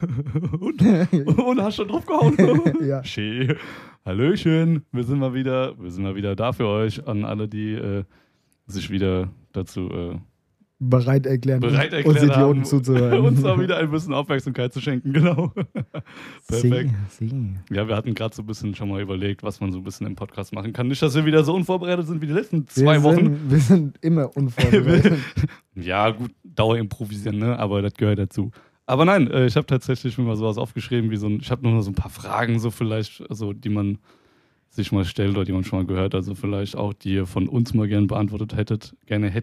und hast schon drauf gehauen. Ja. Schön. Hallöchen, wir sind mal wieder da für euch, an alle, die sich wieder dazu bereit erklärt uns Idioten haben, zuzuhören. uns mal wieder ein bisschen Aufmerksamkeit zu schenken, genau. Perfekt. Sie. Ja, wir hatten gerade so ein bisschen schon mal überlegt, was man so ein bisschen im Podcast machen kann. Nicht, dass wir wieder so unvorbereitet sind wie die letzten 2 Wochen. Wir sind immer unvorbereitet. Ja, gut, Dauer improvisieren, ne? Aber das gehört dazu. Aber nein, ich habe tatsächlich mir mal sowas aufgeschrieben, ich habe noch so ein paar Fragen, so vielleicht, also die man sich mal stellt oder die man schon mal gehört, also vielleicht auch, die ihr von uns mal gerne beantwortet hättet.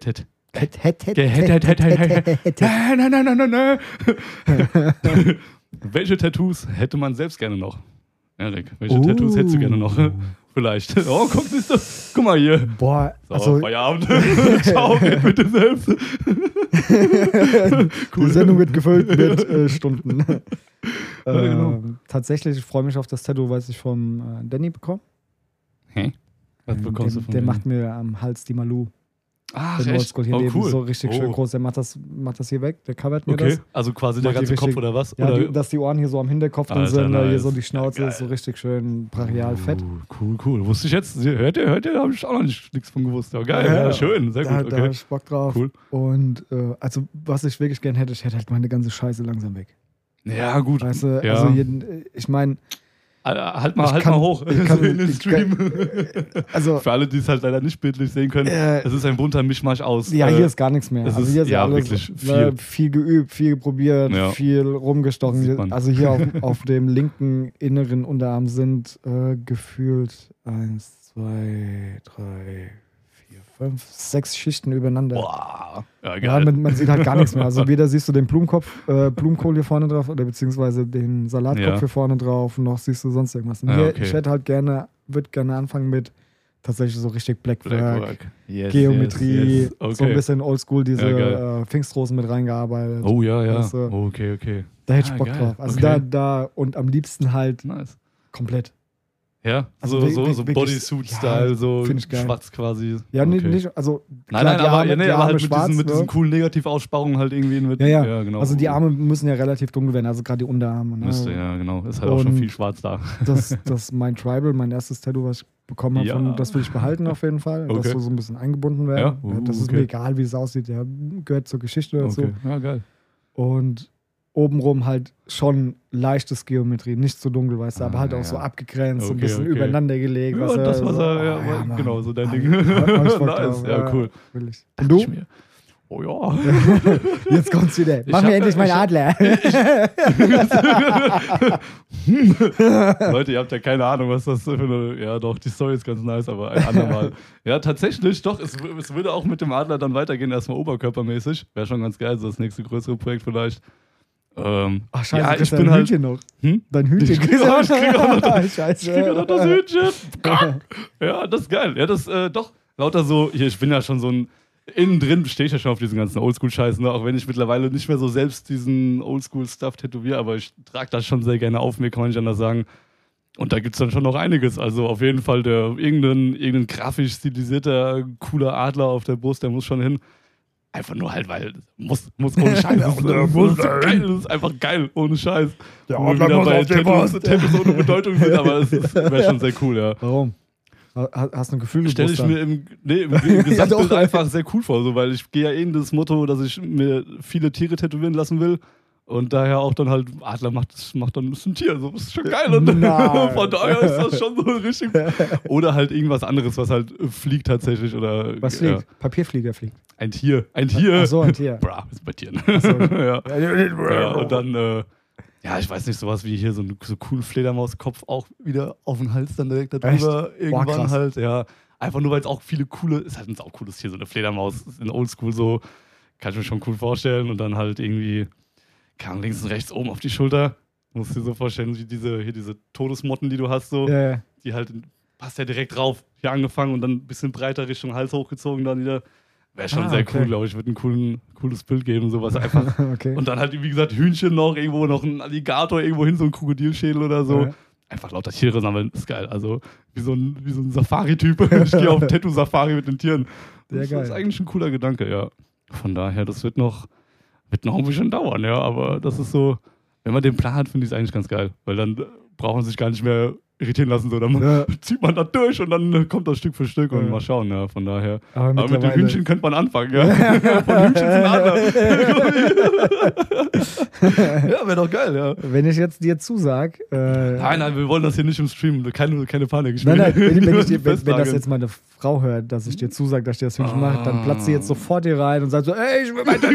Welche Tattoos hätte man selbst gerne noch? Erik, welche Tattoos hättest du gerne noch? Vielleicht. Oh, guck mal hier. Boah, so, also Feierabend. Ciao, red mit dir selbst. Die Sendung wird gefüllt mit Stunden. Ja, genau. Tatsächlich, ich freue mich auf das Tattoo, was ich vom Danny bekomme. Hä? Was bekommst du von Der dem? macht mir am Hals die Malou. Ach, Den echt? Oldschool hier Oh, neben, cool. so richtig schön groß. Der macht das hier weg, der covert mir Okay, das. also quasi der Macht die ganze Kopf richtig- oder was? Ja, oder? dass die Ohren hier so am Hinterkopf drin Alter, sind, hier nice. so die Schnauze Ja, ist so geil. richtig schön brachial fett. Cool. Wusste ich jetzt, hört ihr, habe ich auch noch nichts von gewusst. Ja, geil, ja, schön, sehr Da gut, hab okay. ich Bock drauf. Cool. Und also, was ich wirklich gern hätte, ich hätte halt meine ganze Scheiße langsam weg. Ja, gut. Weißt du, ja. also ich meine, Halt mal hoch ich kann- in den ich Stream. also Für alle, die es halt leider nicht bildlich sehen können, es ist ein bunter Mischmasch aus. ja, hier ist gar nichts mehr. es Also ist- hier ist ja, alles wirklich viel geübt, viel probiert, Ja. viel Sieht rumgestochen. man. Also hier auf dem linken inneren Unterarm sind gefühlt 1, 2, 3, 4, 5, 6 Schichten übereinander. Boah, ja, Ja, geil. man sieht halt gar nichts mehr. Also weder siehst du den Blumenkohl hier vorne drauf oder beziehungsweise den Salatkopf Ja. hier vorne drauf, noch siehst du sonst irgendwas. Und Ja, hier, okay. ich würde gerne anfangen mit tatsächlich so richtig Blackwork, Blackwork. Yes, Geometrie, yes. Okay. so ein bisschen oldschool, diese Ja, geil. Pfingstrosen mit reingearbeitet. Oh ja. Weißt du, Okay. Da hätte ich Ah, Bock geil. drauf. Also Okay. da und am liebsten halt Nice. komplett. Ja, Also so wirklich- Bodysuit-Style, ja, so find ich geil. schwarz quasi. Ja, okay. nicht, also Nein, klar, die aber, Arme, die aber Arme halt schwarz, mit diesen ne? coolen Negativaussparungen halt irgendwie mit. Ja, genau. Also die Arme müssen ja relativ dunkel werden, also gerade die Unterarme. Ne? Müsste, ja, genau. Ist halt auch schon Und- viel schwarz da. Das mein Tribal, mein erstes Tattoo, was ich bekommen habe, Ja. das will ich behalten auf jeden Fall. Okay. Das soll so ein bisschen eingebunden werden. Ja? Das ist Okay. mir egal, wie es aussieht. Ja, gehört zur Geschichte dazu. Okay. Ja, geil. Und obenrum halt schon leichtes Geometrie, nicht zu dunkel, weißt du, aber halt auch ja. so abgegrenzt, so ein Okay, bisschen okay. übereinander gelegt. Ja, weißt du, das war so, ja, Mann. genau, so dein Hab- Ding. hab ich Bock Nice, drauf, ja, cool. Will ich. Dachte Und du? ich mir. Oh ja. Jetzt kommt's wieder. Mach hab- mir endlich meinen ich hab- Adler. Leute, ihr habt ja keine Ahnung, was das für eine. Ja, doch, die Story ist ganz nice, aber ein andermal. Ja, tatsächlich, doch, es würde auch mit dem Adler dann weitergehen, erstmal oberkörpermäßig. Wäre schon ganz geil, so das nächste größere Projekt vielleicht. Ach, scheiße, ja, du kriegst ich bin dein halt. Hütchen noch. Hm? Dein Hütchen Ich krieg auch noch das- Scheiße. Ich krieg auch noch das Hütchen. Ja, das ist geil. Ja, das, doch, lauter so, hier, ich bin ja schon so ein, innen drin stehe ich ja schon auf diesen ganzen Oldschool-Scheiß, ne? Auch wenn ich mittlerweile nicht mehr so selbst diesen Oldschool-Stuff tätowiere, aber ich trage das schon sehr gerne auf mir, kann man nicht anders sagen. Und da gibt es dann schon noch einiges. Also auf jeden Fall irgendein grafisch stilisierter, cooler Adler auf der Brust, der muss schon hin. Einfach nur halt, weil muss ohne Scheiß. Das ist einfach geil, ohne Scheiß. Der Wo wir Adler wieder muss bei auf die Brust. Tattoos ohne Bedeutung sind, aber es wäre schon sehr cool, ja. Warum? Hast du ein Gefühl, du Stelle ich brauchst mir im Gesamtbild doch. einfach sehr cool vor, so, weil ich gehe ja in das Motto, dass ich mir viele Tiere tätowieren lassen will und daher auch dann halt, Adler macht dann ein Tier, so, das ist schon geil und Nein. von daher ist das schon so richtig, oder halt irgendwas anderes, was halt fliegt tatsächlich oder Was ja, fliegt? Papierflieger fliegt. ein Tier, Ach so, ein Tier. Bra, ist bei Tieren. so. ja. Ja, und dann, ja, ich weiß nicht, sowas wie hier so einen so coolen Fledermauskopf auch wieder auf den Hals dann direkt darüber. Echt? Boah, Irgendwann krass. halt, ja. Einfach nur, weil es auch viele coole, ist halt ein saucooles Tier, so eine Fledermaus, ist in Oldschool so, kann ich mir schon cool vorstellen. Und dann halt irgendwie, kam links und rechts oben auf die Schulter. Musst du dir so vorstellen, wie diese Todesmotten, die du hast, so, Ja. die halt, passt ja direkt drauf, hier angefangen und dann ein bisschen breiter Richtung Hals hochgezogen, dann wieder. Wäre schon sehr okay. cool, glaube ich. Würde ein cooles Bild geben, sowas einfach. Okay. Und dann halt, wie gesagt, Hühnchen noch, irgendwo noch ein Alligator, irgendwo hin, so ein Krokodilschädel oder so. Ja. Einfach lauter Tiere sammeln, ist geil. Also wie so ein Safari-Typ. Ich gehe auf Tattoo-Safari mit den Tieren. Sehr Das geil. ist eigentlich ein cooler Gedanke, ja. Von daher, das wird noch ein bisschen dauern, ja. Aber das ist so, wenn man den Plan hat, finde ich es eigentlich ganz geil. Weil dann braucht man sich gar nicht mehr irritieren lassen. So. Dann zieht man das durch und dann kommt das Stück für Stück und mal schauen. Ja, von daher. Aber mit dem Hühnchen könnte man anfangen. Ja. Von Hühnchen zum Adler. Ja, wäre doch geil. Ja. Wenn ich jetzt dir zusag... nein, wir wollen das hier nicht im Stream. Keine Panik. Nein, wenn das jetzt meine Frau hört, dass ich dir zusage, dass ich dir das Hühnchen mache, dann platzt sie jetzt sofort hier rein und sagt so, ey, ich will weiter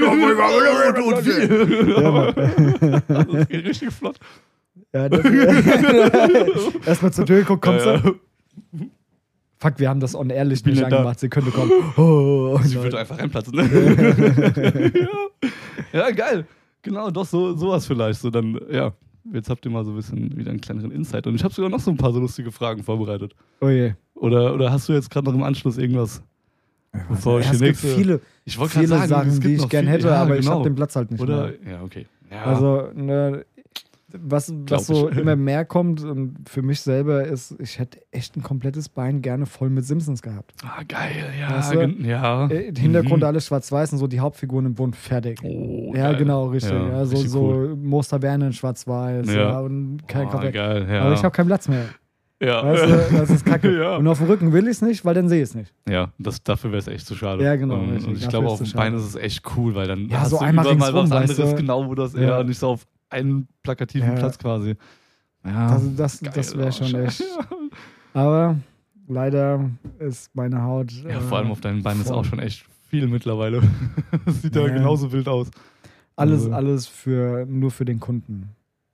Das geht richtig flott. Ja, erstmal zur Tür geguckt, kommst du? Fuck, wir haben das on-airlich nicht angemacht, sie könnte kommen. Sie würde einfach reinplatzen. Ne? Ja, geil. Genau, doch sowas vielleicht. So dann, ja, jetzt habt ihr mal so ein bisschen wieder einen kleineren Insight. Und ich habe sogar noch so ein paar so lustige Fragen vorbereitet. Oh je. Oder hast du jetzt gerade noch im Anschluss irgendwas? Bevor ich es gibt viele Sachen, die ich gern hätte, aber ich habe den Platz halt nicht mehr. Ja, okay. Ja. Also, was so immer mehr kommt und für mich selber ist, ich hätte echt ein komplettes Bein gerne voll mit Simpsons gehabt. Ah, geil, ja. Weißt du? Ja. Hintergrund alles schwarz-weiß und so die Hauptfiguren im Bunt fertig. Oh, ja, geil. genau, richtig. Ja, ja, richtig so cool. Moos Taverne in schwarz-weiß und kein Kaffee. Geil, ja. Aber ich habe keinen Platz mehr. Ja. Weißt du, das ist kacke. Ja. Und auf dem Rücken will ich es nicht, weil dann sehe ich es nicht. Ja, dafür wäre es echt zu schade. Ja, genau. Und ich glaube, auf dem Bein ist es echt cool, weil dann hast du einmal mal ringsrum, was anderes, weißt du? genau, wo das eher nicht so auf einen plakativen Platz quasi. Ja, das wäre schon echt. Aber leider ist meine Haut. Ja, vor allem auf deinem Bein ist auch schon echt viel mittlerweile. Das sieht ja genauso wild aus. Alles nur für den Kunden.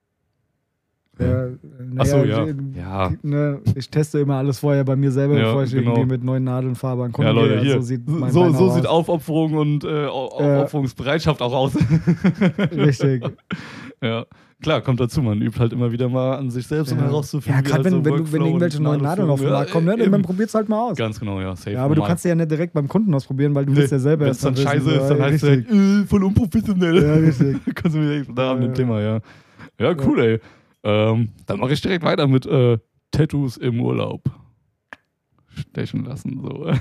Achso, ja. Ich teste immer alles vorher bei mir selber, bevor ich irgendwie mit neuen Nadeln fahre an Kunden. Ja, Leute, hier. So sieht Aufopferung und Aufopferungsbereitschaft auch aus. Richtig. Ja. Klar, kommt dazu, man übt halt immer wieder mal an sich selbst, um herauszufinden. Ja, gerade wenn irgendwelche neuen Nadeln auf den Markt kommen, dann probiert es halt mal aus. Ganz genau, ja. Safe. Ja, aber du kannst ja nicht direkt beim Kunden ausprobieren, weil du willst ja selber. Wenn es dann scheiße ist, dann heißt es halt, voll unprofessionell. Ja, richtig. Kannst du wieder da an dem Thema, ja. Ja, cool, ey. Dann mache ich direkt weiter mit Tattoos im Urlaub. Stechen lassen, so.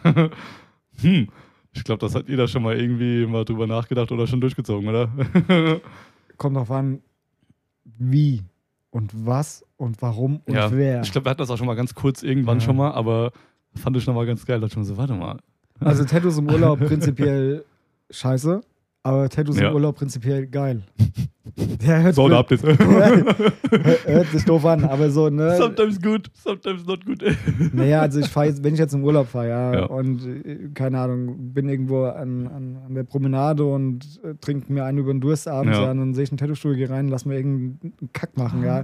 Ich glaube, das hat jeder schon mal irgendwie mal drüber nachgedacht oder schon durchgezogen, oder? Kommt drauf an, wie und was und warum und wer. Ich glaube, wir hatten das auch schon mal ganz kurz irgendwann schon mal, aber fand ich nochmal ganz geil. Da dachte ich mir so, warte mal. Also Tattoos im Urlaub prinzipiell scheiße, aber Tattoos im Urlaub prinzipiell geil. So, da habt ihr es. Hört sich doof an, aber so, ne? Sometimes good, sometimes not good. Naja, also wenn ich jetzt im Urlaub fahre, und keine Ahnung, bin irgendwo an der Promenade und trinke mir einen über den Durst abends, und dann sehe ich ein Tattoo-Studio, gehe rein, lass mir irgendeinen Kack machen, ja.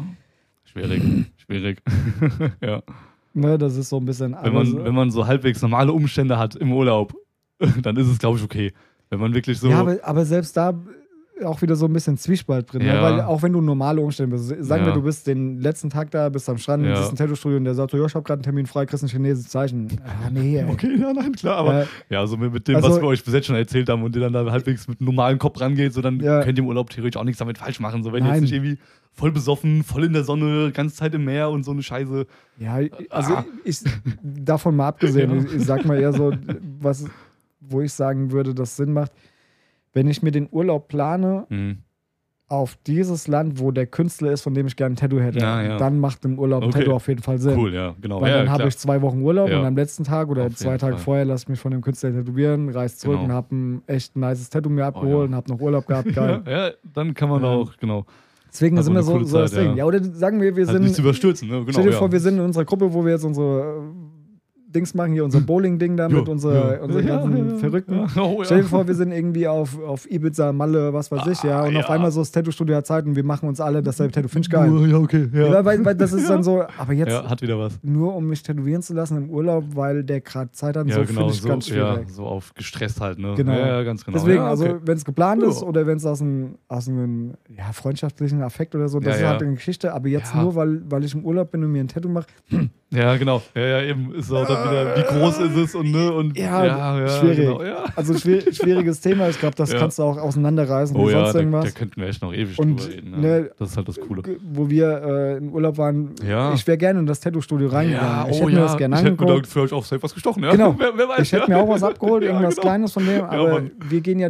Schwierig. Ja. Ne, das ist so ein bisschen... Wenn man so halbwegs normale Umstände hat im Urlaub, dann ist es, glaube ich, okay. Wenn man wirklich so... Ja, aber selbst da auch wieder so ein bisschen Zwiespalt drin. Ne? Weil auch wenn du normale Umstände bist, sagen wir, du bist den letzten Tag da, bist am Strand, siehst ein Tattoo-Studio und der sagt so, ich habe gerade einen Termin frei, kriegst ein chinesisches Zeichen. Ah, nee. Okay, nein, klar, aber so mit dem, was wir euch bis jetzt schon erzählt haben und ihr dann da halbwegs mit einem normalen Kopf rangeht, so dann könnt ihr im Urlaub theoretisch auch nichts damit falsch machen. So, wenn ihr jetzt nicht irgendwie voll besoffen, voll in der Sonne, ganze Zeit im Meer und so eine Scheiße. Ja, also ich davon mal abgesehen, ich sag mal eher so, wo ich sagen würde, dass Sinn macht, wenn ich mir den Urlaub plane auf dieses Land, wo der Künstler ist, von dem ich gerne ein Tattoo hätte, dann macht im Urlaub ein Tattoo auf jeden Fall Sinn. Cool, ja, genau. Weil dann habe ich 2 Wochen Urlaub und am letzten Tag oder 2 Tage vorher lasse ich mich von dem Künstler tätowieren, reise zurück und habe ein echt nices Tattoo mir abgeholt und habe noch Urlaub gehabt. Geil. Ja, dann kann man auch, genau. Deswegen sind wir so das Ding. Ja, oder sagen wir sind... Nicht zu überstürzen, ne? Genau, stell dir vor, wir sind in unserer Gruppe, wo wir jetzt unsere... Dings machen hier, unser Bowling-Ding da mit unseren ganzen Verrückten. Stell dir vor, wir sind irgendwie auf Ibiza, Malle, was weiß ich, und auf einmal so das Tattoo-Studio hat Zeit und wir machen uns alle dasselbe Tattoo. Finde ich geil. Ja, okay. Ja. Weil das ist dann so, aber jetzt hat wieder was. Nur um mich tätowieren zu lassen im Urlaub, weil der gerade Zeit hat, so finde ich ganz schwierig. Ja, so auf gestresst halt, ne? Genau. Ja, ganz genau. Deswegen, also wenn es geplant ist oder wenn es aus einem freundschaftlichen Affekt oder so, das ist halt eine Geschichte, aber jetzt nur, weil ich im Urlaub bin und mir ein Tattoo mache. Ja, genau. Ja, eben ist auch dann wieder, wie groß ist es und ne und schwierig. Genau, Also schwieriges Thema. Ich glaube, das kannst du auch auseinanderreißen wie sonst irgendwas. Da könnten wir echt noch ewig drüber reden. Ne, das ist halt das Coole. Wo wir im Urlaub waren, ich wäre gerne in das Tattoo-Studio reingegangen. Ich hätte mir das gerne angeguckt. Ich hätte mir für euch auch safe was gestochen, ja. Genau. Wer weiß, ich hätte mir auch was abgeholt, irgendwas Kleines von dem, aber wir gehen ja da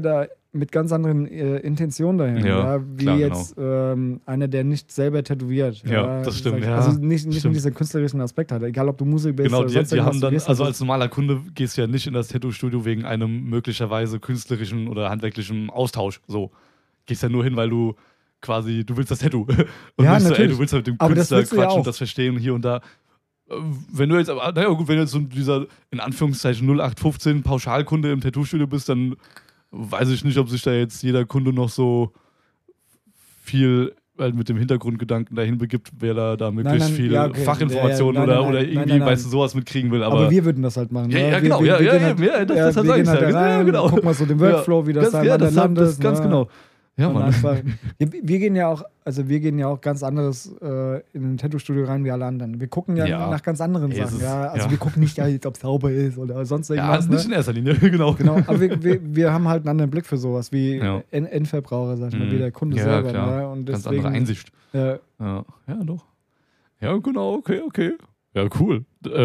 mit ganz anderen Intentionen dahin. Ja, wie klar, jetzt einer, der nicht selber tätowiert. Ja, das stimmt. Also nicht nur diesen künstlerischen Aspekt hat. Egal, ob du Musik bist genau, oder sonst die haben dann, bist, also als normaler Kunde gehst du ja nicht in das Tattoo-Studio wegen einem möglicherweise künstlerischen oder handwerklichen Austausch. So. Gehst ja nur hin, weil du quasi, du willst das Tattoo. Und ja, nicht so, natürlich. du willst halt mit dem aber Künstler das quatschen ja und das verstehen hier und da. Wenn du jetzt, naja gut, wenn du jetzt so dieser, in Anführungszeichen 0815 Pauschalkunde im Tattoo-Studio bist, dann weiß ich nicht, ob sich da jetzt jeder Kunde noch so viel mit dem Hintergrundgedanken dahin begibt, wer da möglichst viel Fachinformationen oder irgendwie, weißt du, sowas mitkriegen will. Aber wir würden das halt machen. Ja, genau. Das sage ich ja. Genau. Guck mal so den Workflow, wie das da im anderen Land ist. Ganz genau. Ja, Mann. Wir gehen ja auch ganz anderes in ein Tattoo-Studio rein wie alle anderen. Wir gucken ja nach ganz anderen Sachen. Wir gucken nicht, ob es sauber ist oder sonst irgendwas. Ja, nicht in erster Linie, genau. Aber wir haben halt einen anderen Blick für sowas, wie Endverbraucher, sag ich mal, wie der Kunde selber. Klar. Ne? Und ganz deswegen, andere Einsicht. Ja, doch. Ja, genau, okay. Ja, cool.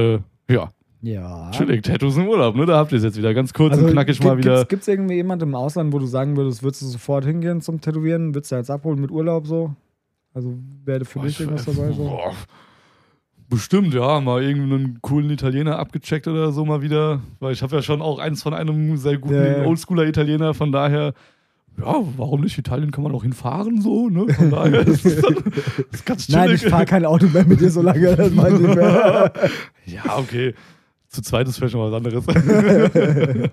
Ja. Chillig, Tattoos im Urlaub, ne? Da habt ihr es jetzt wieder ganz kurz und knackig mal wieder. Gibt es irgendwie jemanden im Ausland, wo du sagen würdest, würdest du sofort hingehen zum Tätowieren? Würdest du jetzt abholen mit Urlaub so? Also wäre für dich irgendwas dabei so? Bestimmt, ja. Mal irgendeinen coolen Italiener abgecheckt oder so mal wieder. Weil ich habe ja schon auch eins von einem sehr guten Oldschooler Italiener, von daher. Ja, warum nicht? Italien kann man auch hinfahren, so, ne? Von daher ist das ganz chillig. Nein, ich fahre kein Auto mehr mit dir so lange, das meine ich mehr. Ja, okay. Zu zweit ist vielleicht noch was anderes.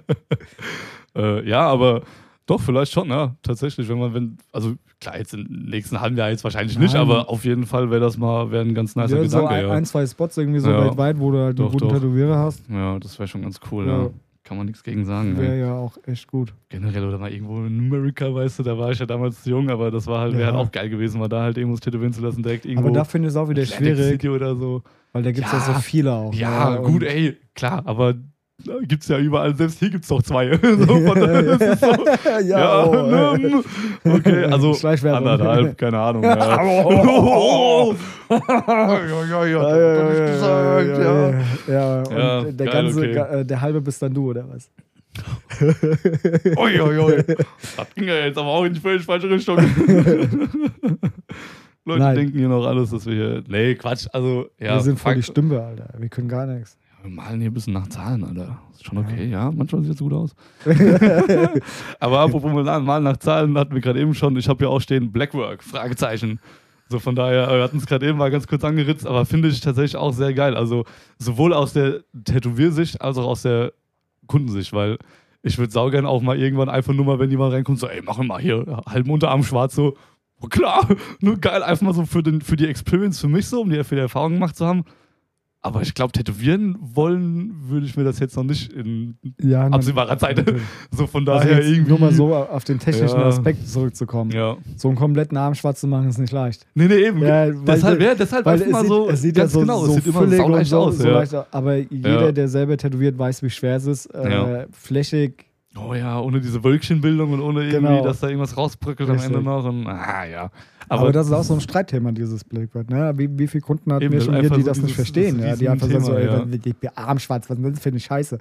Ja, aber doch, vielleicht schon, ja. Tatsächlich, also klar, jetzt im nächsten halben Jahr jetzt wahrscheinlich nicht, aber auf jeden Fall wäre ein ganz nicer Gedanke. So ein, zwei Spots irgendwie so weltweit, wo du halt einen guten Tätowierer hast. Ja, das wäre schon ganz cool, ja. Kann man nichts gegen sagen. Wäre ja auch echt gut. Generell oder mal irgendwo in Amerika, weißt du, da war ich ja damals jung, aber das war halt, wäre halt auch geil gewesen, mal da halt irgendwas tätowieren zu lassen, direkt irgendwo. Aber da finde ich es auch wieder schwierig. City oder so. Weil da gibt es ja so viele auch. Ja, gut, ey, klar, aber gibt es ja überall, selbst hier gibt es doch 2. So, von daher ist es so, okay, also 1,5, keine Ahnung. Und der ganze, der halbe bist dann du, oder was? Das ging ja jetzt aber auch in die völlig falsche Richtung. Leute denken hier noch alles, dass wir hier. Nee, Quatsch. Also, ja. Wir sind voll die Stümpe, Alter. Wir können gar nichts. Ja, wir malen hier ein bisschen nach Zahlen, Alter. Ist schon okay, ja. Manchmal sieht es gut aus. Aber apropos malen nach Zahlen, hatten wir gerade eben schon. Ich habe hier auch stehen Blackwork, Fragezeichen. So von daher, wir hatten es gerade eben mal ganz kurz angeritzt, aber finde ich tatsächlich auch sehr geil. Also sowohl aus der Tätowiersicht als auch aus der Kundensicht, weil ich würde saugern auch mal irgendwann einfach nur mal, wenn jemand reinkommt, so, ey, mach mal hier, halben Unterarm schwarz, so. Oh, klar, nur geil, einfach mal so für die Experience für mich so, um die Erfahrung gemacht zu haben. Aber ich glaube, tätowieren wollen würde ich mir das jetzt noch nicht in absehbarer Zeit. Natürlich. So von daher also irgendwie. Nur mal so auf den technischen Aspekt zurückzukommen. Ja. So einen kompletten Arm schwarz zu machen, ist nicht leicht. Nee, eben. Ja, deshalb einfach mal so. Es sieht ja so, genau, so es sieht immer sauleicht aus. So leicht, aber jeder, der selber tätowiert, weiß, wie schwer es ist. Flächig. Oh ja, ohne diese Wölkchenbildung und ohne irgendwie, dass da irgendwas rausbröckelt am Ende noch. Und, aber das ist auch so ein Streitthema, dieses Blackbird. Ne? Wie viele Kunden hatten wir schon hier, die das nicht verstehen? Die einfach sagen so, ey, armschwarz, was ist denn das für eine Scheiße?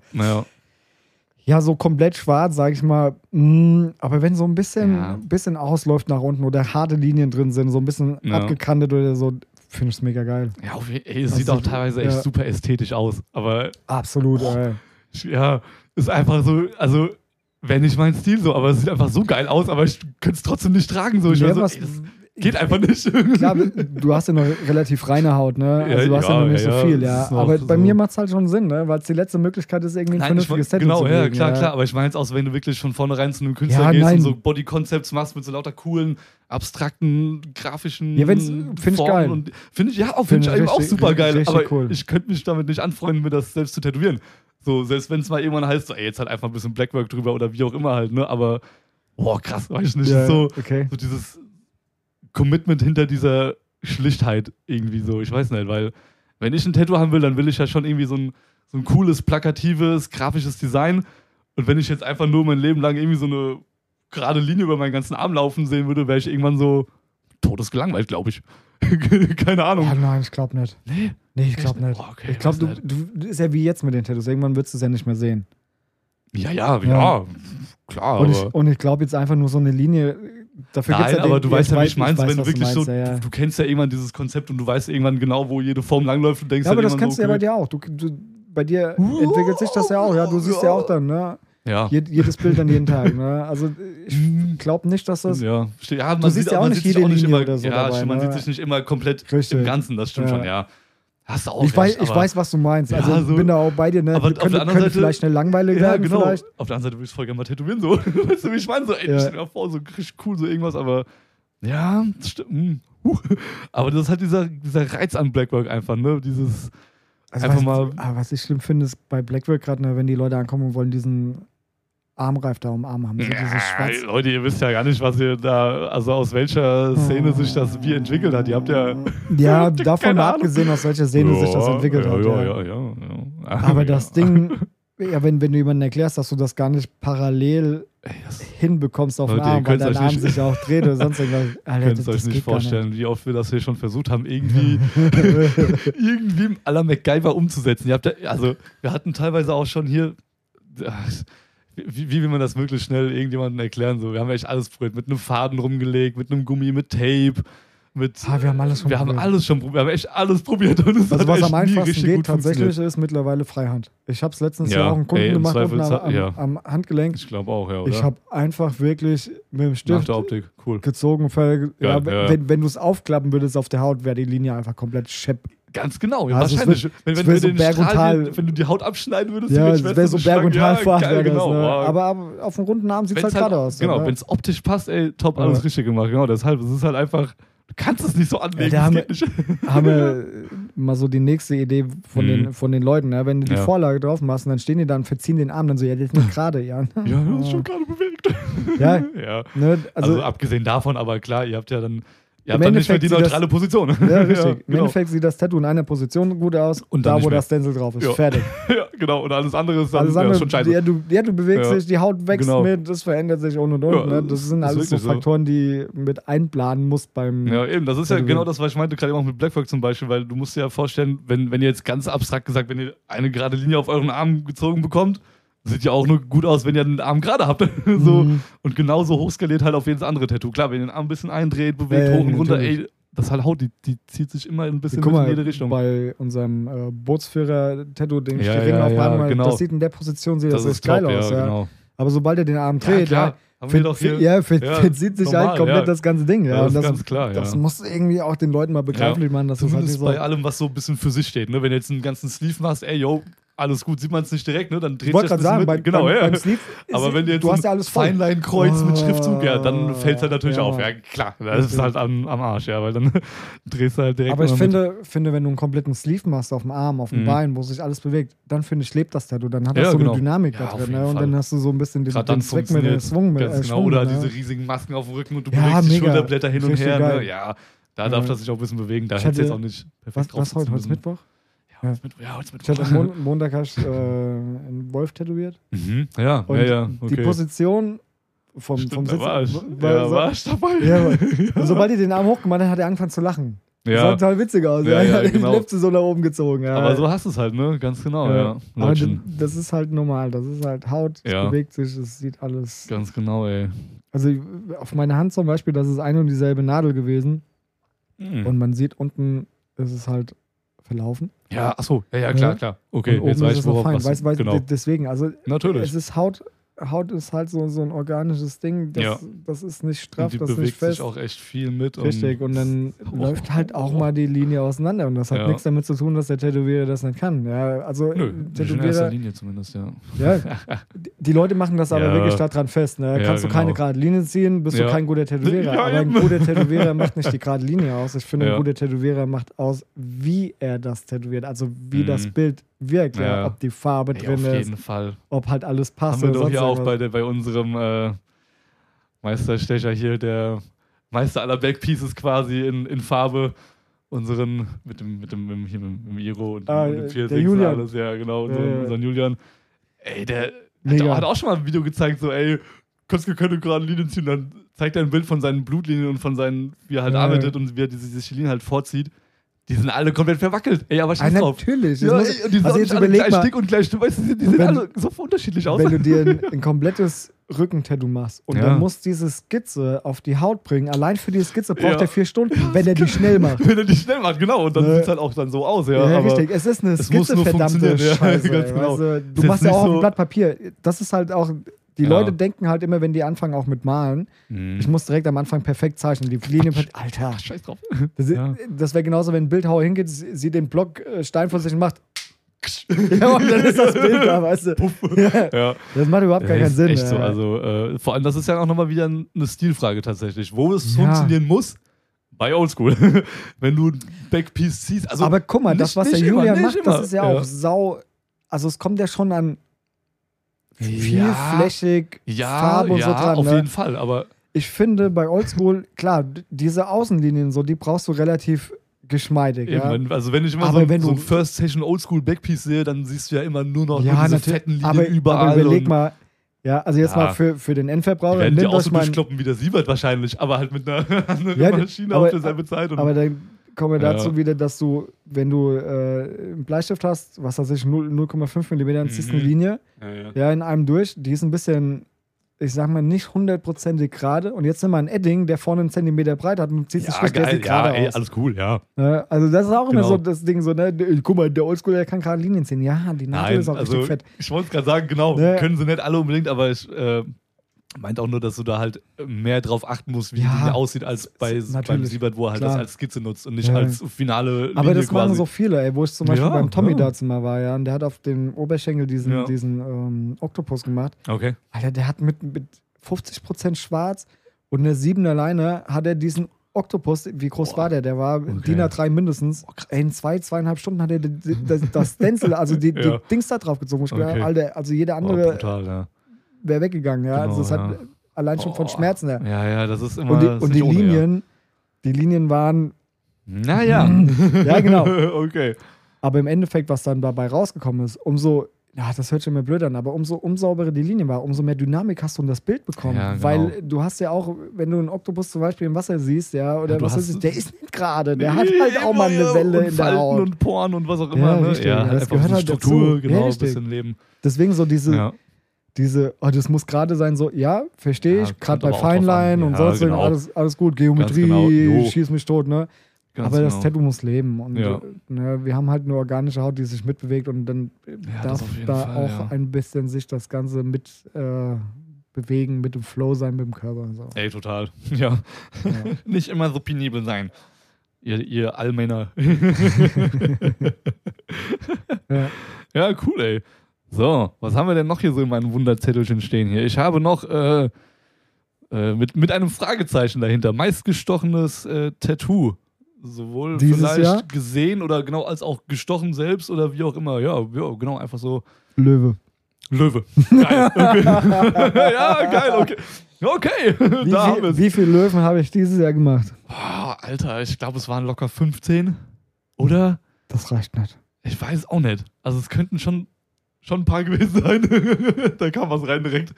Ja, so komplett schwarz, sag ich mal. Aber wenn so ein bisschen ausläuft nach unten oder harte Linien drin sind, so ein bisschen abgekantet oder so, finde ich es mega geil. Ja, es sieht auch teilweise echt super ästhetisch aus. Aber absolut, ey. Ja, ist einfach so, also wäre nicht mein Stil so, aber es sieht einfach so geil aus, aber ich könnte es trotzdem nicht tragen. So. Ich war so, das geht einfach nicht. Klar, du hast ja noch relativ reine Haut, ne? Also du hast ja noch nicht so viel, Aber bei mir macht es halt schon Sinn, ne? Weil es die letzte Möglichkeit ist, irgendwie ein vernünftiges Tattoo zu legen. Genau, klar. Aber ich meine jetzt auch, wenn du wirklich von vornherein zu einem Künstler gehst und so Body-Concepts machst mit so lauter coolen, abstrakten, grafischen finde ich geil. Finde ich auch super geil. Aber ich könnte mich damit nicht anfreunden, mir das selbst zu tätowieren. So, selbst wenn es mal irgendwann heißt, so, ey, jetzt halt einfach ein bisschen Blackwork drüber oder wie auch immer halt, ne? Aber, boah, krass, weiß ich nicht. So dieses Commitment hinter dieser Schlichtheit irgendwie so, ich weiß nicht, weil wenn ich ein Tattoo haben will, dann will ich ja schon irgendwie so ein cooles, plakatives, grafisches Design. Und wenn ich jetzt einfach nur mein Leben lang irgendwie so eine gerade Linie über meinen ganzen Arm laufen sehen würde, wäre ich irgendwann so todesgelangweilt, glaube ich. Keine Ahnung. Ja, nein, ich glaube nicht. Nee, ich glaube nicht. Oh, okay, ich glaube, du ist ja wie jetzt mit den Tattoos. Irgendwann würdest du es ja nicht mehr sehen. Ja, klar. Und ich glaube jetzt einfach nur so eine Linie, dafür gibt es ja aber du weißt ja, wie ich meinst, wenn du wirklich meinst, so, du kennst ja irgendwann dieses Konzept und du weißt irgendwann genau, wo jede Form langläuft und denkst ja, aber das irgendwann kannst du ja bei dir auch. Bei dir entwickelt sich das ja auch, ja, du siehst ja auch dann, ne? Ja. Jedes Bild dann jeden Tag, ne? Also ich glaube nicht, dass das... Ja, man du siehst ja auch nicht jede Linie immer, oder so dabei, man ne? sieht sich nicht immer komplett Richtig. im Ganzen, das stimmt schon, ja. Hast du auch ich weiß, was du meinst. Also ja, so, bin da auch bei dir, ne? Aber auf der anderen Seite vielleicht schnell langweilig werden, genau. vielleicht. Auf der anderen Seite würde ich es voll gerne mal tätowieren, so. Weißt du, wie ich meine? So, ey, ich stell mir vor, so richtig cool, so irgendwas, aber ja, das stimmt. Aber das ist halt dieser Reiz an Blackwork einfach, ne? Dieses also einfach mal. Aber was ich schlimm finde, ist bei Blackwork gerade, ne, wenn die Leute ankommen und wollen diesen Armreif da Arm haben. So dieses Schwarz. Leute, ihr wisst ja gar nicht, was ihr da, also aus welcher Szene sich das wie entwickelt hat. Ihr habt ja. Ja, davon mal abgesehen, aus welcher Szene sich das entwickelt hat. Ja. Aber das Ding, ja, wenn du jemandem erklärst, dass du das gar nicht parallel hinbekommst auf den Arm, weil dein Arm sich auch dreht oder sonst irgendwas. Alter, könnt ihr euch nicht vorstellen, wie oft wir das hier schon versucht haben, irgendwie à la MacGyver umzusetzen. Wir hatten teilweise auch schon hier. Wie will man das möglichst schnell irgendjemandem erklären? So, wir haben echt alles probiert. Mit einem Faden rumgelegt, mit einem Gummi, mit Tape. Wir haben alles schon probiert. Wir haben echt alles probiert. Und es also hat was echt am einfachsten richtig geht tatsächlich ist mittlerweile Freihand. Ich habe es letztens auch einen Kunden gemacht am Handgelenk. Ich glaube auch, ja, oder? Ich habe einfach wirklich mit dem Stift nach der Optik. Cool. Gezogen. Wenn du es aufklappen würdest auf der Haut, wäre die Linie einfach komplett schepp. Ganz genau, ja, also wahrscheinlich. Wenn du die Haut abschneiden würdest, ja, es wäre so Berg- und Talfahrt. Genau, ne? Aber auf dem runden Arm sieht es halt gerade aus. Genau, wenn es optisch passt, ey, top, alles richtig gemacht. Genau, deshalb, es ist halt einfach, du kannst es nicht so anlegen. Ja, haben wir mal so die nächste Idee von den Leuten. Ne? Wenn du die Vorlage drauf machst, dann stehen die da und verziehen den Arm dann so, ja, das ist nicht gerade, ja. Ja, du hast schon gerade bewegt. Ja. Ne? Also abgesehen davon, aber klar, ihr habt ja dann. Ihr habt dann nicht mehr die neutrale Position. Ja, richtig. Im Endeffekt sieht das Tattoo in einer Position gut aus und da, wo das Stencil drauf ist. Fertig. Ja, genau. Und alles andere ist dann schon scheiße. Ja, du bewegst dich, die Haut wächst mit, das verändert sich und. Ja, ne? Das sind alles so Faktoren, die mit einplanen musst beim. Ja, eben. Das ist ja genau das, was ich meinte, gerade auch mit Blackwork zum Beispiel, weil du musst dir ja vorstellen, wenn ihr jetzt ganz abstrakt gesagt, wenn ihr eine gerade Linie auf euren Arm gezogen bekommt, sieht ja auch nur gut aus, wenn ihr den Arm gerade habt. So. Und genauso hochskaliert halt auf jedes andere Tattoo. Klar, wenn ihr den Arm ein bisschen eindreht, bewegt hoch und runter, ey, das halt Haut, die zieht sich immer ein bisschen in jede Richtung. Bei unserem Bootsführer-Tattoo, den ich die Ringe auf einmal, genau. Das sieht in der Position das echt geil aus. Ja. Genau. Aber sobald er den Arm dreht, verzieht sich halt komplett das ganze Ding. Ja. Das ist ganz klar. Das muss irgendwie auch den Leuten mal begreiflich machen, dass das halt nicht so. Bei allem, was so ein bisschen für sich steht. Ne? Wenn du jetzt einen ganzen Sleeve machst, ey, yo, alles gut, sieht man es nicht direkt, ne? Dann dreht sich das ein bisschen mit. Beim Sleeve aber wenn du jetzt ein Feinleinkreuz mit Schriftzug, ja, dann fällt es halt natürlich auf. Ja, klar, das ist halt am Arsch, ja, weil dann drehst du halt direkt. Aber ich finde, wenn du einen kompletten Sleeve machst auf dem Arm, auf dem Bein, wo sich alles bewegt, dann finde ich, lebt das Tattoo. Dann hat das so eine Dynamik da drin, ne? Und dann hast du so ein bisschen den Zweck mit dem Schwung. Oder diese riesigen Masken auf dem Rücken und du bewegst die Schulterblätter hin und her. Ja, da darf das sich auch ein bisschen bewegen. Da hätte es jetzt auch nicht perfekt drauf. Was heute? Heute ist Mittwoch? Ja, ich hatte am Montag einen Wolf tätowiert. Mhm. Ja, und okay. Die Position vom Sitzen. War ich dabei. Ja, und sobald ich den Arm hochgemacht hat, hat er angefangen zu lachen. Ja. Das sah total witzig aus. Ja, er hat genau. die Lippe so nach oben gezogen. Ja. Aber so hast du es halt, ne? Ganz genau, ja. Aber das ist halt normal. Das ist halt Haut, es bewegt sich, es sieht alles. Ganz genau, ey. Also auf meiner Hand zum Beispiel, das ist eine und dieselbe Nadel gewesen. Und man sieht unten, es ist halt verlaufen. Ja, achso, ja, klar. Okay, und jetzt weiß ich, worauf was. Genau. Deswegen, also natürlich. Es ist Haut ist halt so ein organisches Ding, das ist nicht straff, das ist nicht fest. Die bewegt sich auch echt viel mit. Richtig, und dann läuft halt auch mal die Linie auseinander und das hat nichts damit zu tun, dass der Tätowierer das nicht kann. Ja, also in erster Linie zumindest, ja. Die Leute machen das aber wirklich daran fest. Ne? Kannst du keine gerade Linie ziehen, bist du kein guter Tätowierer. Aber ein guter Tätowierer macht nicht die gerade Linie aus. Ich finde, ein guter Tätowierer macht aus, wie er das tätowiert, also wie das Bild wirkt, ob die Farbe drin ist. Auf jeden Fall. Ob halt alles passt. Haben wir doch hier auch bei unserem Meisterstecher hier, der Meister aller Backpieces quasi in Farbe, unseren mit dem Iro und dem der Julian. Alles, ja, genau, unseren Julian. Ey, der hat auch schon mal ein Video gezeigt, so, ey, Kotzke könnte gerade Linien ziehen, dann zeigt er ein Bild von seinen Blutlinien und von seinen, wie er halt arbeitet und wie er diese Linien halt vorzieht. Die sind alle komplett verwackelt. Ey, aber scheiß drauf. Natürlich. Ja, die sind also jetzt alle gleich dick und gleich, weißt du, die sehen alle so unterschiedlich aus. Wenn du dir ein komplettes Rückentattoo machst und der muss diese Skizze auf die Haut bringen, allein für die Skizze braucht er 4 Stunden, wenn er die schnell macht. Wenn er die schnell macht, genau. Und dann sieht es halt auch dann so aus. Ja, ja, aber richtig. Es ist eine Skizze, verdammte Scheiße. Ganz genau. Du machst ja auch auf ein Blatt Papier. Das ist halt auch, die Leute denken halt immer, wenn die anfangen auch mit Malen, ich muss direkt am Anfang perfekt zeichnen. Die Linien, Alter. Scheiß drauf. Das wäre genauso, wenn ein Bildhauer hingeht, sieht den Blockstein vor sich und macht ja, und dann ist das Bild da, weißt du. Ja. Das macht überhaupt gar keinen Sinn. Echt so. Also, vor allem, das ist ja auch nochmal wieder eine Stilfrage tatsächlich. Wo es funktionieren muss, bei Oldschool. Wenn du ein Backpiece ziehst. Also aber guck mal, das, was der Julian macht, das ist ja auch sau. Also, es kommt ja schon an vielflächig, Farbe und so dran. Auf jeden Fall. Aber ich finde, bei Oldschool, klar, diese Außenlinien, so, die brauchst du relativ geschmeidig. Eben, ja. Also wenn ich immer so ein First Session Oldschool Backpiece sehe, dann siehst du ja immer nur noch diese fetten Linien überall. Aber überleg mal, also jetzt mal für den Endverbraucher. Die werden die auch so durchkloppen wie der Siebert wahrscheinlich, aber halt mit einer anderen Maschine auf derselben Zeit. Aber dann kommen wir dazu wieder, dass du, wenn du einen Bleistift hast, was weiß ich, 0,5 mm, dann ziehst du eine Linie, in einem durch, die ist ein bisschen, ich sag mal, nicht 100% gerade. Und jetzt nimm mal ein Edding, der vorne einen Zentimeter breit hat und zieht sich richtig gerade aus. Alles cool, ja. Also das ist auch immer so das Ding, so, ne, guck mal, der Oldschool, der kann gerade Linien ziehen. Ja, die Nadel ist auch richtig fett. Ich wollte es gerade sagen, genau, können sie nicht alle unbedingt, aber ich meint auch nur, dass du da halt mehr drauf achten musst, wie die Linie aussieht, als beim Siebert, wo er halt das als Skizze nutzt und nicht als finale Linie. Aber das machen so viele, ey, wo ich zum Beispiel beim Tommy dazu mal war, und der hat auf dem Oberschenkel diesen Oktopus gemacht. Okay. Alter, der hat mit 50% schwarz und eine 7er Leine hat er diesen Oktopus, wie groß war der? Der war DIN A3 mindestens. In 2,5 Stunden hat er das Stencil, also die Dings da drauf gezogen. Ich gedacht, Alter, also jeder andere wäre weggegangen. Ja? Genau, also es hat allein schon von Schmerzen her. Ja, das ist immer. Und die Linien waren. Naja. Ja, genau. Okay. Aber im Endeffekt, was dann dabei rausgekommen ist, das hört schon mehr blöd an, aber umso unsauberer die Linie war, umso mehr Dynamik hast du in das Bild bekommen. Ja, genau. Weil du hast ja auch, wenn du einen Oktopus zum Beispiel im Wasser siehst, oder was ist, der ist nicht gerade, der hat halt auch mal eine Welle in der Haut. Und Poren und was auch immer. Das gehört halt Struktur, dazu. Genau, ein bisschen Leben. Deswegen so diese, das muss gerade sein, so, verstehe ich, gerade bei Feinline und sonst alles gut, Geometrie, schieß mich tot, ne? Aber das Tattoo muss leben und wir haben halt eine organische Haut, die sich mitbewegt und dann darf da auch ein bisschen sich das Ganze mit bewegen, mit dem Flow sein, mit dem Körper. So. Ey, total. Ja. Nicht immer so penibel sein. Ihr Allmänner. Ja, cool, ey. So, was haben wir denn noch hier so in meinem Wunderzettelchen stehen hier? Ich habe noch mit einem Fragezeichen dahinter. Meistgestochenes Tattoo. Sowohl dieses vielleicht Jahr? gesehen oder genau als auch gestochen selbst oder wie auch immer. Ja, genau, einfach so. Löwe. Geil. Okay. Ja, geil, okay. Okay, haben wir es. Wie viele Löwen habe ich dieses Jahr gemacht? Oh, Alter, ich glaube, es waren locker 15. Oder? Das reicht nicht. Ich weiß auch nicht. Also es könnten schon ein paar gewesen sein. Da kam was rein direkt.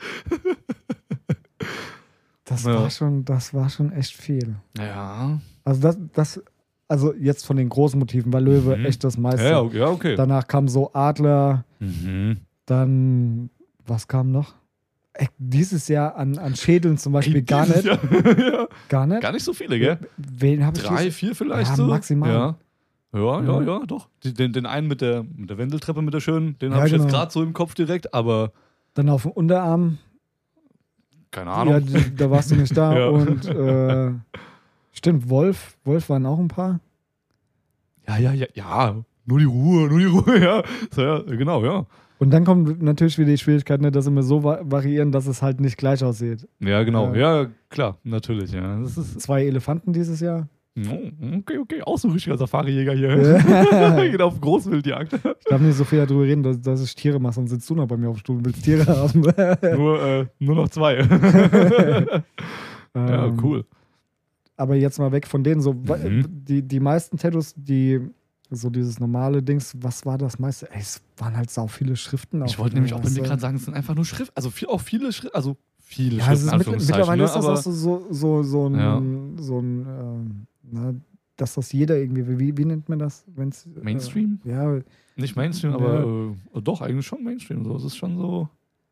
Das war schon echt viel. Ja. Also jetzt von den großen Motiven war Löwe echt das meiste. Ja, okay. Danach kam so Adler. Dann, was kam noch? Dieses Jahr an Schädeln zum Beispiel gar nicht. Gar nicht? Gar nicht so viele, gell? Wen habe ich 3, 4 vielleicht ja, so? Maximal. Ja, doch. Den einen mit der Wendeltreppe, mit der schönen, den habe ich jetzt gerade so im Kopf direkt, aber. Dann auf dem Unterarm. Keine Ahnung. Ja, da warst du nicht da. Und stimmt, Wolf waren auch ein paar. Ja. Nur die Ruhe, ja. So, ja. Genau, ja. Und dann kommt natürlich wieder die Schwierigkeit, dass immer so variieren, dass es halt nicht gleich aussieht. Ja, genau. Ja, klar, natürlich, ja. Das ist 2 Elefanten dieses Jahr. Okay. Auch so ein richtiger Safari-Jäger hier. Geht auf Großwildjagd. Ich darf nicht so viel darüber reden, dass ich Tiere mache, sonst sitzt du noch bei mir auf dem Stuhl und willst Tiere haben. Nur noch 2. Ja, cool. Aber jetzt mal weg von denen. So, die meisten Tattoos, die so dieses normale Dings, was war das meiste? Es waren halt sau viele Schriften. Ich wollte nämlich auch bei mir gerade sagen, es sind einfach nur Schriften. Also auch viele Schriften. Also viele Schriften. Mittlerweile ist das auch so ein dass das jeder irgendwie, wie nennt man das? Wenn's, Mainstream? Ja. Nicht Mainstream, aber doch, eigentlich schon Mainstream. So. Es ist schon so.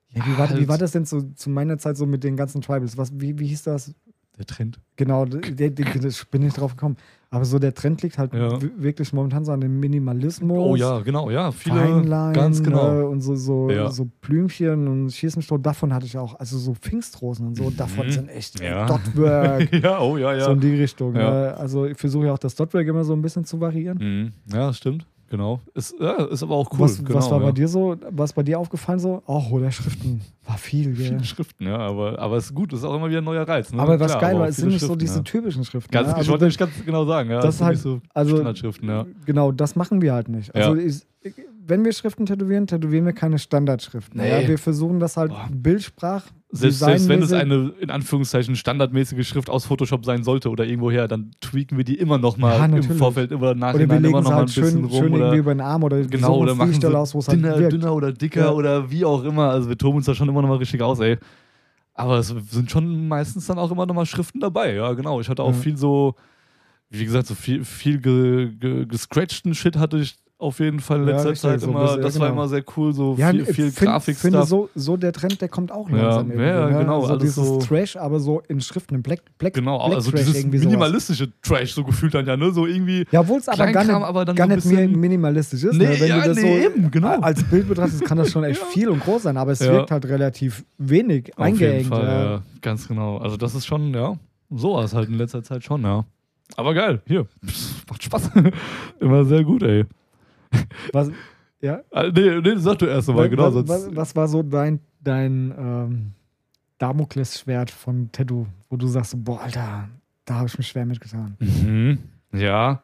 Ja, wie war das denn so zu meiner Zeit so mit den ganzen Tribals? Wie hieß das? Der Trend. Genau, das bin ich drauf gekommen. Aber so der Trend liegt halt wirklich momentan so an dem Minimalismus. Oh ja, genau, ja. Viele, Feinlein, ganz genau. Und so Blümchen und Schießenstroh, davon hatte ich auch. Also so Pfingstrosen und so, davon sind echt Dotwork. Ja, oh ja. So in die Richtung. Ja. Ne? Also ich versuche ja auch das Dotwork immer so ein bisschen zu variieren. Ja, stimmt. Genau. Ist aber auch cool. Was war bei dir so? Was bei dir aufgefallen so? Oh, Schriften. War viel, gell? Viele Schriften, ja. Aber es ist gut. Es ist auch immer wieder ein neuer Reiz. Ne? Aber was geil war, es sind nicht Schriften, so diese typischen Schriften. Ich wollte nicht ganz genau sagen. Ja. Das ist halt nicht so also, Standardschriften, ja. Genau, das machen wir halt nicht. Also wenn wir Schriften tätowieren wir keine Standardschriften. Nee. Ja, wir versuchen das halt Bildsprach. Selbst wenn es eine, in Anführungszeichen, standardmäßige Schrift aus Photoshop sein sollte oder irgendwoher, dann tweaken wir die immer noch mal im Vorfeld oder Nachhinein immer noch mal ein bisschen rum. Schön irgendwie über den Arm oder oder machen Stelle aus, wo es halt dünner oder dicker oder wie auch immer. Also wir toben uns da schon immer noch mal richtig aus, ey. Aber es sind schon meistens dann auch immer noch mal Schriften dabei. Ja, genau. Ich hatte auch viel so, wie gesagt, so viel gescratchten Shit hatte ich auf jeden Fall in letzter Zeit immer. Bisschen, das war immer sehr cool, so viel Grafik-Stuff. Ich finde so der Trend, der kommt auch langsam irgendwie. Ja, genau. Also dieses so Trash, aber so in Schriften, in Black genau, Black also Trash dieses irgendwie minimalistische Trash, so gefühlt dann ja, ne? So irgendwie. Ja, obwohl es aber gar nicht mehr minimalistisch ist. Nee, ne? Wenn du das so eben, genau. als Bild betrachtest, kann das schon echt viel und groß sein, aber es wirkt halt relativ wenig auf eingeengt. Jeden Fall, ja, ganz genau. Also das ist schon, sowas halt in letzter Zeit schon, ja. Aber geil, hier, macht Spaß. Immer sehr gut, ey. Was? Ja? Nee, sag du erst mal, genau. Was war so dein Damoklesschwert von Tattoo, wo du sagst, boah, Alter, da habe ich mich schwer mitgetan? Ja.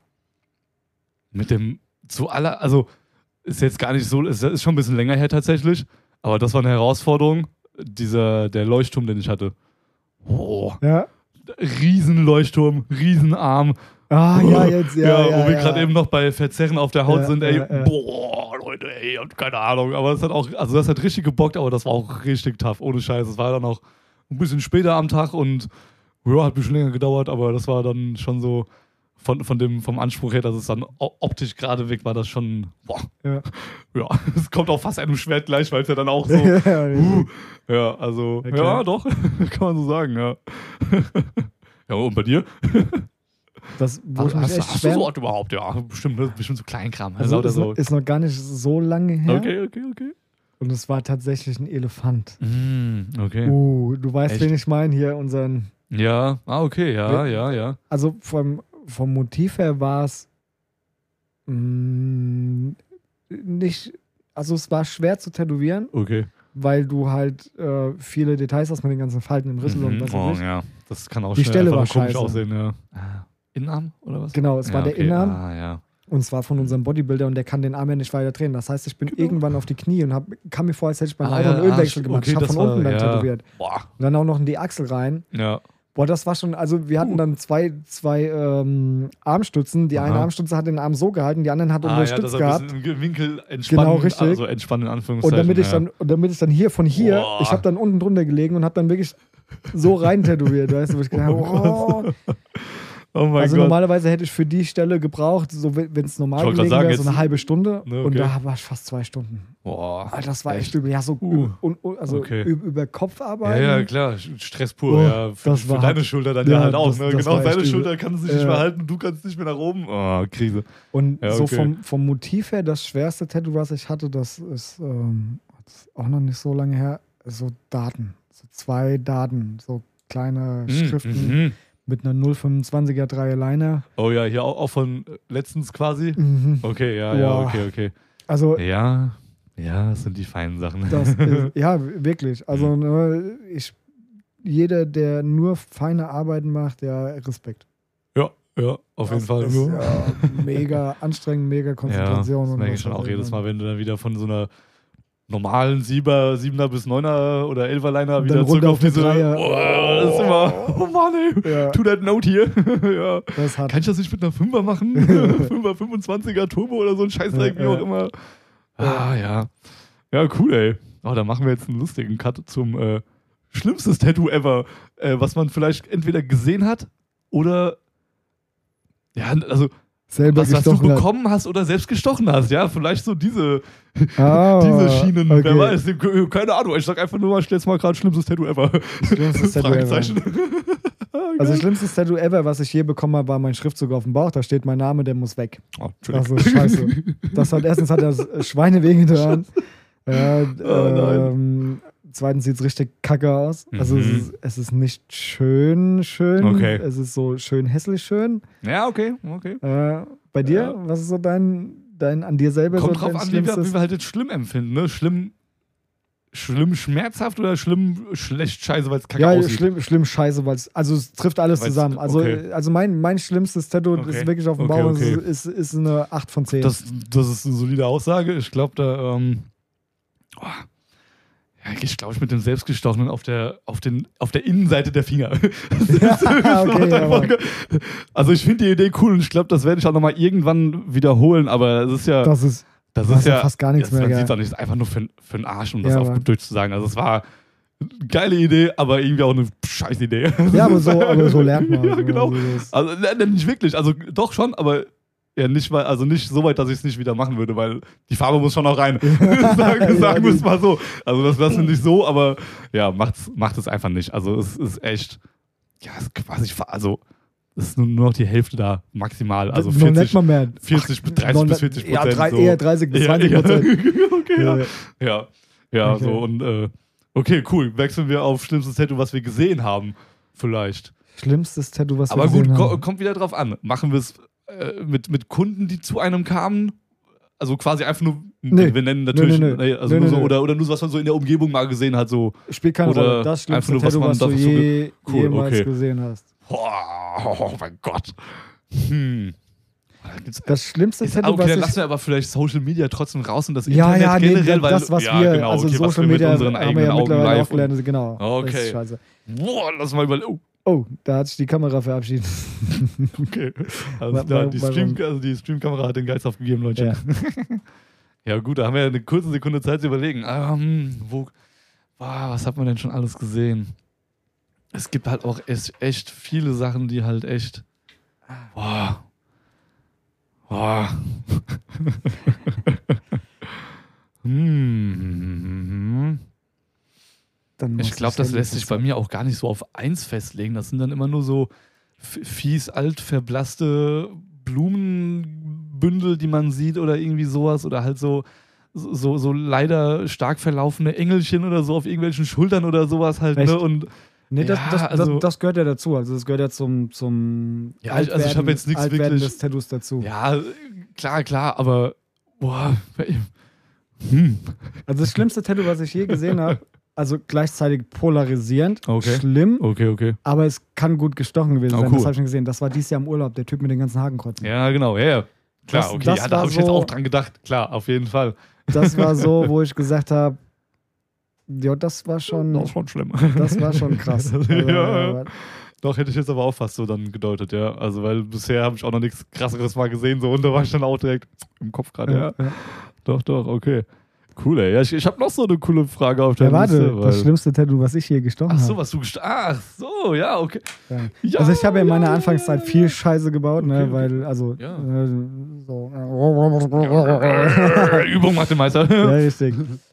Also ist jetzt gar nicht so, ist schon ein bisschen länger her tatsächlich, aber das war eine Herausforderung, der Leuchtturm, den ich hatte. Oh. Ja? Riesenleuchtturm, Riesenarm. Ah, ja, jetzt, ja. Wo wir gerade eben noch bei Verzerren auf der Haut sind, ey. Boah, Leute, ey, ich hab keine Ahnung. Aber es hat auch, also das hat richtig gebockt, aber das war auch richtig tough, ohne Scheiß. Es war dann auch ein bisschen später am Tag und hat ein bisschen länger gedauert, aber das war dann schon so vom Anspruch her, dass es dann optisch gerade weg war, das schon, boah. Ja, es kommt auch fast einem Schwert gleich, weil es ja dann auch so, also, ja, doch, kann man so sagen, ja. Ja, und bei dir? Das, wo hast du so Ort überhaupt? Ja, bestimmt so Kleinkram. Also ist noch gar nicht so lange her. Okay. Und es war tatsächlich ein Elefant. Okay. Du weißt, wen ich meine, hier unseren... Ja, okay, ja. Also vom Motiv her war es nicht... Also es war schwer zu tätowieren. Okay. Weil du halt viele Details hast mit den ganzen Falten im Rüssel und was weiß ich. Ja, das kann auch die Stelle war komisch scheiße. aussehen, ja. Innenarm oder was? Genau, es war der Innenarm. Ja. Und zwar von unserem Bodybuilder und der kann den Arm ja nicht weiter drehen. Das heißt, ich bin irgendwann auf die Knie und kam mir vor, als hätte ich beim Auto einen Ölwechsel gemacht. Okay, ich habe von unten dann tätowiert. Boah. Und dann auch noch in die Achsel rein. Ja. Boah, das war schon, also wir hatten dann zwei Armstützen. Die eine Armstütze hat den Arm so gehalten, die anderen hat unterstützt gehabt. Ein bisschen im Winkel entspannen, genau, richtig. Also entspannen in Anführungszeichen. Und damit ich dann hier von hier, ich habe dann unten drunter gelegen und habe dann wirklich so rein tätowiert, weißt du, wo ich gedacht habe, oh mein also Gott. Normalerweise hätte ich für die Stelle gebraucht, so wenn es normal gelegen wäre, so eine halbe Stunde. Ne, okay. Und da war ich fast 2 Stunden. Boah. Alter, das war echt übel. Ja, so über Kopf arbeiten. Ja, klar. Stress pur. Ja. Für deine Schulter dann ja halt auch. Ne? Genau, deine Schulter kann sich nicht mehr halten, du kannst nicht mehr nach oben. Oh, Krise. Und so vom Motiv her, das schwerste Tattoo, was ich hatte, das ist auch noch nicht so lange her, so Daten. So 2 Daten, so kleine Schriften. Mit einer 0,25er 3 Liner. Oh ja, hier auch von letztens quasi? Okay, okay. Also, ja, das sind die feinen Sachen. Das ist, ja, wirklich. Also jeder, der nur feine Arbeiten macht, ja, Respekt. Ja, auf jeden Fall. Das ist ja mega anstrengend, mega Konzentration. Ja, das merke ich schon auch jedes Mal, wenn du dann wieder von so einer normalen 7er bis 9er oder 11er Liner wieder zurück auf diese. Das ist immer. Oh Mann, ey. Ja. To that note hier. Ja. Kann ich das nicht mit einer 5er machen? 5er, 25er Turbo oder so ein Scheißdreck, wie auch immer. Ja. Ja, cool, ey. Oh, da machen wir jetzt einen lustigen Cut zum schlimmstes Tattoo ever, was man vielleicht entweder gesehen hat oder. Ja, also selber was du gestochen hat. bekommen hast oder selbst gestochen hast. Ja, vielleicht so diese Schienen. Okay. Wer weiß, keine Ahnung. Ich sag einfach nur mal, ich stell jetzt mal gerade schlimmstes Tattoo ever. Schlimmstes Tattoo ever. Fragezeichen. Also schlimmstes Tattoo ever, was ich je bekommen habe, war mein Schriftzug auf dem Bauch. Da steht mein Name, der muss weg. Oh, Also scheiße. Erstens hat das Schweineweh getan. Zweitens sieht es richtig kacke aus. Also es ist nicht schön. Okay. Es ist so schön hässlich schön. Ja, okay. Bei dir? Was ist so dein an dir selber? Kommt so drauf an, wie wir halt jetzt schlimm empfinden. Ne? Schlimm schmerzhaft oder schlimm schlecht scheiße, weil es kacke aussieht? Ja, schlimm scheiße, weil es trifft alles zusammen. Also mein schlimmstes Tattoo ist wirklich auf dem Bauch. Okay. Ist eine 8 von 10. Das ist eine solide Aussage. Ich glaube, da ich glaube, mit dem Selbstgestochenen auf der Innenseite der Finger. Okay, also ich finde die Idee cool und ich glaube, das werde ich auch nochmal irgendwann wiederholen, aber es ist ja... Das ist ja fast gar nichts mehr. Man sieht auch nicht, einfach nur für den Arsch, um das auf gut Deutsch zu sagen. Also es war eine geile Idee, aber irgendwie auch eine scheiß Idee. Ja, aber so lernt man. Ja, genau. Also nicht wirklich, also doch schon, aber ja, nicht so weit, dass ich es nicht wieder machen würde, weil die Farbe muss schon auch rein. sagen wir es mal so. Also das wäre nicht so, aber ja, macht es einfach nicht. Also es ist echt, ja, es ist nur noch die Hälfte da, maximal. Also 30 bis 40%. Ja, eher 30 bis 20%. Okay. Ja, so und okay, cool. Wechseln wir auf schlimmstes Tattoo, was wir gesehen haben, vielleicht. Schlimmstes Tattoo, was wir gesehen haben. Aber gut, kommt wieder drauf an. Machen wir es mit Kunden, die zu einem kamen? Also quasi einfach nur, wir nennen natürlich, oder nur so, was man so in der Umgebung mal gesehen hat. So, spielt keine Rolle. Das schlimmste nur, Tattoo, was du jemals gesehen hast. Oh mein Gott. Das schlimmste Tattoo, okay, dann lassen wir aber vielleicht Social Media trotzdem raus und das Internet generell, weil das, was wir, genau, also okay, Social Media mit unseren haben wir ja mittlerweile auch gelernt, genau. Okay. Das ist scheiße. Boah, lass mal überlegen. Oh, da hat sich die Kamera verabschiedet. Okay. Die Streamkamera hat den Geist aufgegeben, Leute. Ja. Ja, gut, da haben wir ja eine kurze Sekunde Zeit zu überlegen. Was hat man denn schon alles gesehen? Es gibt halt auch echt viele Sachen, die halt echt. Ich glaube, das lässt sich bei mir auch gar nicht so auf eins festlegen. Das sind dann immer nur so fies, alt, verblasste Blumenbündel, die man sieht oder irgendwie sowas. Oder halt so leider stark verlaufene Engelchen oder so auf irgendwelchen Schultern oder sowas halt. Ne? Und das gehört ja dazu. Also das gehört ja zum Altwerden, ich habe jetzt nichts wirklich des Tattoos dazu. Ja, klar, aber Also das schlimmste Tattoo, was ich je gesehen habe, also gleichzeitig polarisierend, schlimm, aber es kann gut gestochen gewesen sein. Cool. Das habe ich schon gesehen. Das war dieses Jahr im Urlaub, der Typ mit den ganzen Hakenkreuzen. Ja, genau, ja. Klar, da habe ich jetzt auch dran gedacht. Klar, auf jeden Fall. Das war so, wo ich gesagt habe, ja, das war schon schlimm. Das war schon krass. Ja. Doch, hätte ich jetzt aber auch fast so dann gedeutet, ja. Also, weil bisher habe ich auch noch nichts Krasseres mal gesehen, so, und da war ich dann auch direkt im Kopf gerade, ja. Doch, okay. Cool, ey. Ja, ich habe noch so eine coole Frage auf der Liste. Das schlimmste Tattoo, was ich hier gestochen habe. Ach so, was du gestochen hast. Ach so, ja, okay. Ja. Ja, also ich habe ja in meiner Anfangszeit viel Scheiße gebaut, ne, weil, also Übung macht den Meister. Ja, richtig.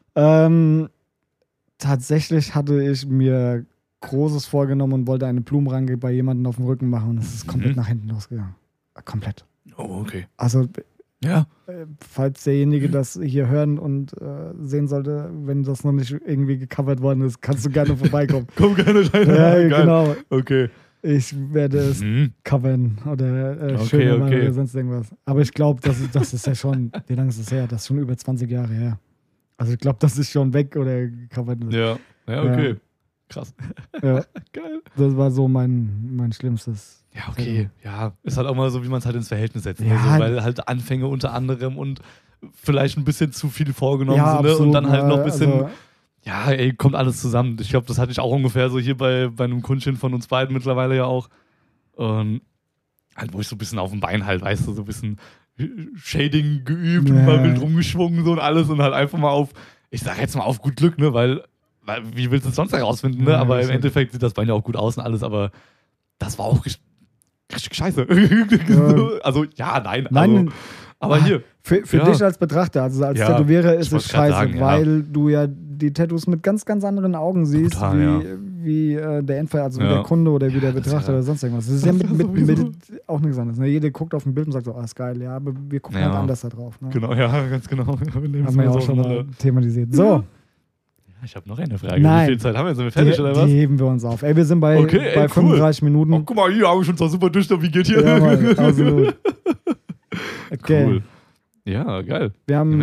Tatsächlich hatte ich mir Großes vorgenommen und wollte eine Blumenranke bei jemandem auf dem Rücken machen und es ist komplett nach hinten losgegangen. Komplett. Oh, okay. Also, ja. Falls derjenige das hier hören und sehen sollte, wenn das noch nicht irgendwie gecovert worden ist, kannst du gerne vorbeikommen. Komm gerne rein. Ja, genau. Okay. Ich werde es covern oder schön machen oder sonst irgendwas. Aber ich glaube, das ist ja schon, wie lange ist das her? Das ist schon über 20 Jahre her. Also ich glaube, das ist schon weg oder gecovert. Ja, okay. Ja. Krass. Ja. Geil. Das war so mein schlimmstes. Ja, okay. Ja, ist halt auch mal so, wie man es halt ins Verhältnis setzt. Ja, also, weil halt Anfänge unter anderem und vielleicht ein bisschen zu viel vorgenommen sind. Absolut, und dann halt noch ein bisschen, kommt alles zusammen. Ich glaube, das hatte ich auch ungefähr so hier bei einem Kundchen von uns beiden mittlerweile ja auch. Und halt, wo ich so ein bisschen auf dem Bein halt, weißt du, so ein bisschen Shading geübt und mal wild rumgeschwungen so und alles und halt einfach mal auf, ich sag jetzt mal auf gut Glück, ne, weil wie willst du es sonst herausfinden, ne? Aber im Endeffekt sieht das Bein ja auch gut aus und alles, aber das war auch richtig scheiße. Also, ja, nein. Nein, aber hier. Für dich als Betrachter, also als Tätowierer ist es scheiße, sagen, weil du ja die Tattoos mit ganz, ganz anderen Augen siehst, total, wie der Endfall, also wie der Kunde oder wie der Betrachter oder sonst irgendwas. Das ist ja mit auch nichts anderes. Ne? Jeder guckt auf ein Bild und sagt so, ist geil, ja, aber wir gucken halt anders da drauf. Ne? Genau, ja, ganz genau. Haben wir ja auch schon mal thematisiert. So. Ich habe noch eine Frage. Nein. Wie viel Zeit haben wir? Sind wir fertig oder was? Die heben wir uns auf. Ey, wir sind bei 35 Minuten. Oh, guck mal, hier haben wir schon so super durch. Wie geht hier? Ja, Mann, absolut. Okay. Cool. Ja, geil. Wir haben.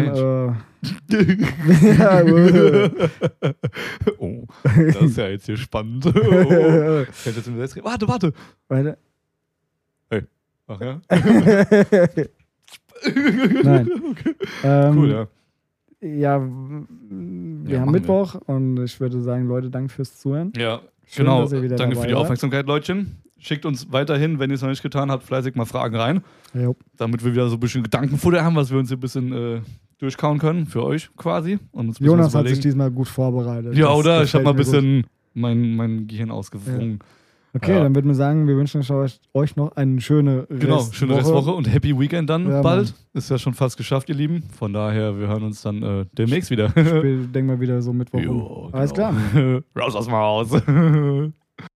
Oh, das ist ja jetzt hier spannend. Warte. Hey. Ach ja? Nein. Okay. Cool, ja. Ja, wir haben Mittwoch und ich würde sagen, Leute, danke fürs Zuhören. Ja, schön, genau. Danke für die Aufmerksamkeit, Leutchen. Schickt uns weiterhin, wenn ihr es noch nicht getan habt, fleißig mal Fragen rein. Ja. Damit wir wieder so ein bisschen Gedankenfutter haben, was wir uns hier ein bisschen durchkauen können für euch quasi. Und uns Jonas hat sich diesmal gut vorbereitet. Ja, oder? Ich habe mal ein bisschen mein Gehirn ausgewrungen. Ja. Okay, dann würden wir sagen, wir wünschen euch noch eine schöne Restwoche und Happy Weekend dann bald. Mann. Ist ja schon fast geschafft, ihr Lieben. Von daher, wir hören uns dann demnächst wieder. Ich denke mal wieder so Mittwoch. Jo, Alles klar. Raus aus dem Haus.